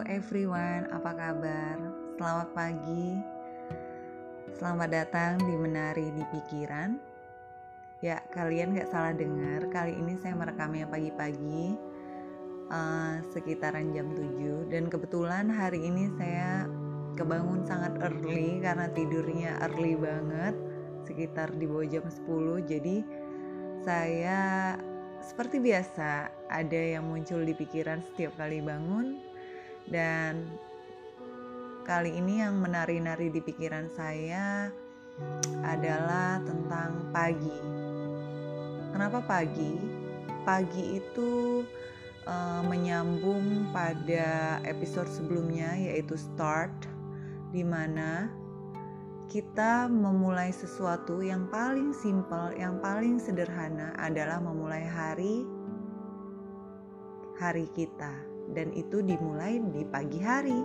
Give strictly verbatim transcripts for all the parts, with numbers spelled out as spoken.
everyone, apa kabar? Selamat pagi. Selamat datang di Menari di Pikiran. Ya, kalian gak salah dengar. Kali ini saya merekamnya pagi-pagi, uh, sekitaran jam tujuh. Dan kebetulan hari ini saya kebangun sangat early karena tidurnya early banget, sekitar di bawah jam sepuluh. Jadi saya seperti biasa ada yang muncul di pikiran setiap kali bangun. Dan kali ini yang menari-nari di pikiran saya adalah tentang pagi. Kenapa pagi? Pagi itu uh, menyambung pada episode sebelumnya, yaitu start, di mana kita memulai sesuatu yang paling simpel, yang paling sederhana adalah memulai hari hari kita. Dan itu dimulai di pagi hari.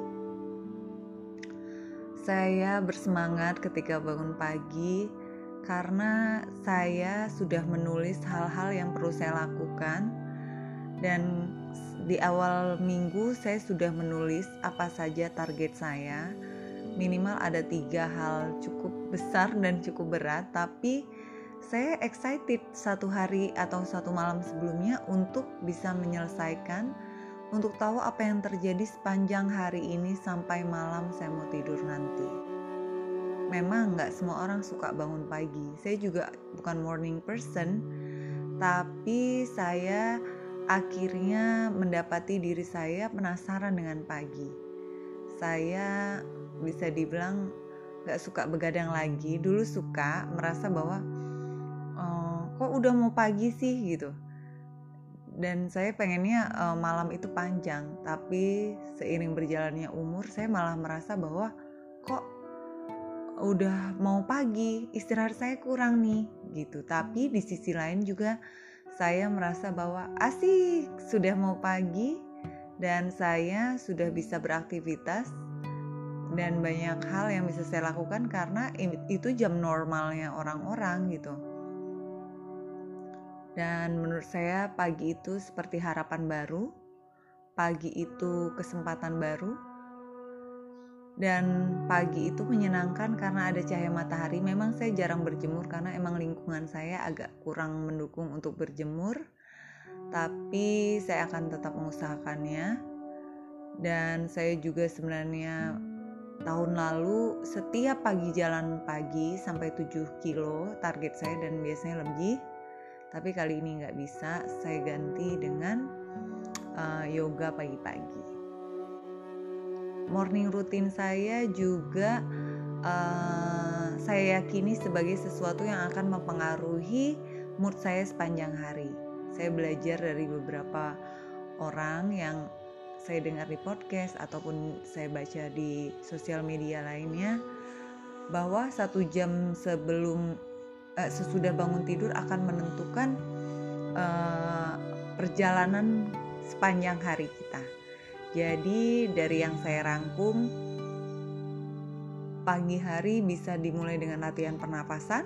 Saya bersemangat ketika bangun pagi karena saya sudah menulis hal-hal yang perlu saya lakukan. Dan di awal minggu saya sudah menulis apa saja target saya. Minimal ada tiga hal cukup besar dan cukup berat, tapi saya excited satu hari atau satu malam sebelumnya untuk bisa menyelesaikan, untuk tahu apa yang terjadi sepanjang hari ini sampai malam saya mau tidur nanti. Memang gak semua orang suka bangun pagi. Saya juga bukan morning person, tapi saya akhirnya mendapati diri saya penasaran dengan pagi. Saya bisa dibilang gak suka begadang lagi. Dulu suka, merasa bahwa oh, kok udah mau pagi sih gitu. Dan saya pengennya uh, malam itu panjang, tapi seiring berjalannya umur saya malah merasa bahwa kok udah mau pagi, istirahat saya kurang nih gitu. Tapi di sisi lain juga saya merasa bahwa asik, sudah mau pagi dan saya sudah bisa beraktivitas dan banyak hal yang bisa saya lakukan karena itu jam normalnya orang-orang gitu. Dan menurut saya pagi itu seperti harapan baru, pagi itu kesempatan baru, dan pagi itu menyenangkan karena ada cahaya matahari. Memang saya jarang berjemur karena emang lingkungan saya agak kurang mendukung untuk berjemur, tapi saya akan tetap mengusahakannya. Dan saya juga sebenarnya tahun lalu setiap pagi jalan pagi sampai tujuh kilo target saya dan biasanya lebih. Tapi kali ini gak bisa, saya ganti dengan uh, yoga pagi-pagi. Morning routine saya juga uh, saya yakini sebagai sesuatu yang akan mempengaruhi mood saya sepanjang hari. Saya belajar dari beberapa orang yang saya dengar di podcast ataupun saya baca di sosial media lainnya, bahwa satu jam sebelum sesudah bangun tidur akan menentukan uh, perjalanan sepanjang hari kita. Jadi dari yang saya rangkum, pagi hari bisa dimulai dengan latihan pernapasan,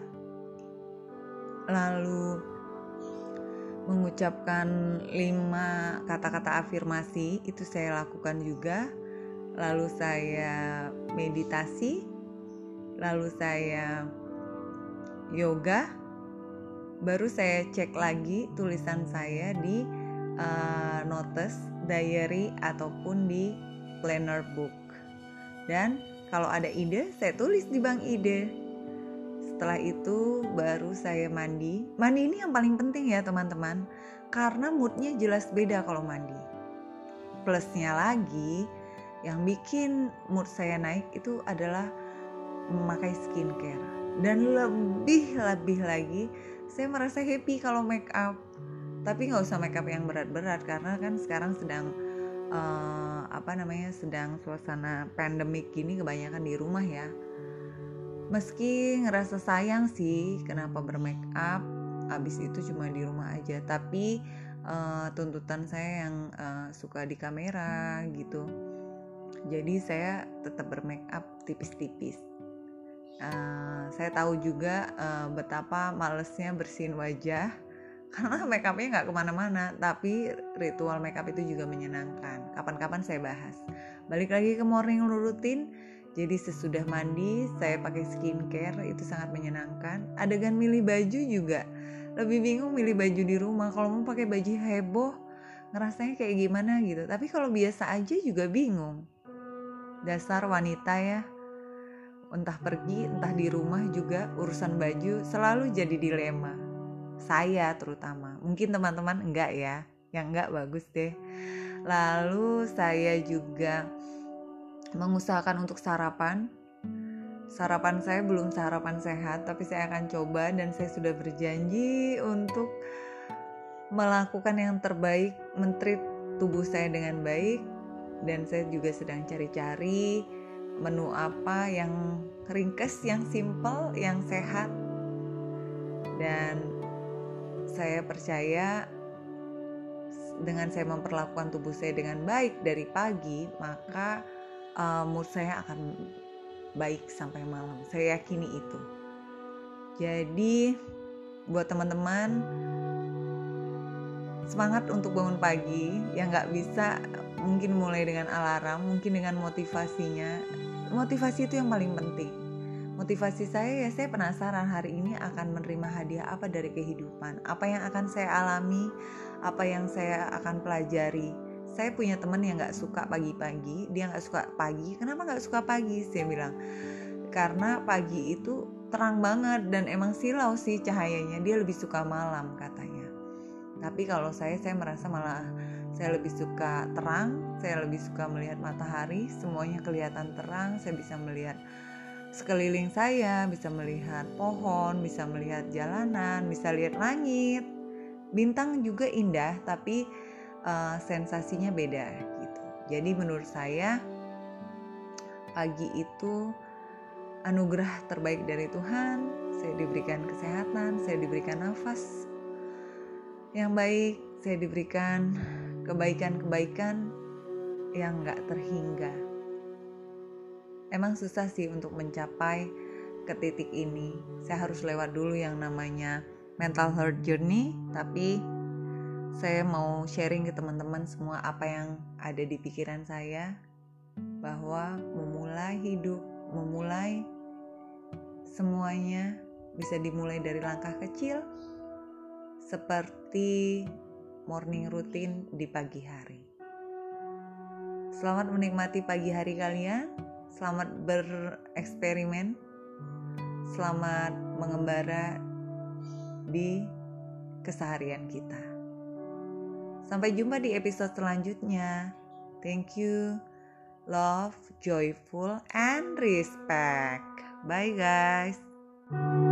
lalu mengucapkan lima kata-kata afirmasi, itu saya lakukan juga. Lalu saya meditasi, lalu saya yoga, baru saya cek lagi tulisan saya di uh, notes, diary ataupun di planner book. Dan kalau ada ide saya tulis di bank ide. Setelah itu baru saya mandi. Mandi ini yang paling penting ya teman-teman, karena moodnya jelas beda kalau mandi. Plusnya lagi yang bikin mood saya naik itu adalah memakai skincare. Dan lebih-lebih lagi saya merasa happy kalau make up. Tapi gak usah make up yang berat-berat karena kan sekarang sedang uh, apa namanya sedang suasana pandemik gini, kebanyakan di rumah ya. Meski ngerasa sayang sih kenapa bermake up, abis itu cuma di rumah aja. Tapi uh, tuntutan saya yang uh, suka di kamera gitu, jadi saya tetap bermake up tipis-tipis. Uh, saya tahu juga uh, betapa malesnya bersihin wajah karena make upnya nggak kemana-mana, tapi ritual make up itu juga menyenangkan. Kapan-kapan saya bahas. Balik lagi ke morning routine. Jadi sesudah mandi saya pakai skincare, itu sangat menyenangkan. Adegan milih baju juga lebih bingung milih baju di rumah. Kalau mau pakai baju heboh ngerasanya kayak gimana gitu. Tapi kalau biasa aja juga bingung. Dasar wanita ya. Entah pergi, entah di rumah juga urusan baju selalu jadi dilema. Saya terutama, mungkin teman-teman enggak ya, yang enggak bagus deh. Lalu saya juga mengusahakan untuk sarapan. Sarapan saya belum sarapan sehat, tapi saya akan coba dan saya sudah berjanji untuk melakukan yang terbaik, men-treat tubuh saya dengan baik. Dan saya juga sedang cari-cari menu apa yang ringkes, yang simple, yang sehat. Dan saya percaya dengan saya memperlakukan tubuh saya dengan baik dari pagi, maka uh, mood saya akan baik sampai malam. Saya yakini itu. Jadi buat teman-teman, semangat untuk bangun pagi. Yang gak bisa mungkin mulai dengan alarm, mungkin dengan motivasinya. Motivasi itu yang paling penting. Motivasi saya ya, saya penasaran hari ini akan menerima hadiah apa dari kehidupan, apa yang akan saya alami, apa yang saya akan pelajari. Saya punya teman yang gak suka pagi-pagi, dia gak suka pagi. Kenapa gak suka pagi? Saya bilang, karena pagi itu terang banget dan emang silau sih cahayanya, dia lebih suka malam katanya. Tapi kalau saya, saya merasa malah saya lebih suka terang, saya lebih suka melihat matahari, semuanya kelihatan terang, saya bisa melihat sekeliling saya, bisa melihat pohon, bisa melihat jalanan, bisa lihat langit. Bintang juga indah, tapi uh, sensasinya beda gitu. Jadi menurut saya pagi itu anugerah terbaik dari Tuhan. Saya diberikan kesehatan, saya diberikan nafas yang baik, saya diberikan kebaikan-kebaikan yang gak terhingga. Emang susah sih untuk mencapai ke titik ini. Saya harus lewat dulu yang namanya mental health journey, tapi saya mau sharing ke teman-teman semua apa yang ada di pikiran saya, bahwa memulai hidup, memulai semuanya bisa dimulai dari langkah kecil, seperti morning routine di pagi hari. Selamat menikmati pagi hari kalian. Selamat bereksperimen, selamat mengembara di keseharian kita. Sampai jumpa di episode selanjutnya. Thank you, love, joyful, and respect. Bye guys.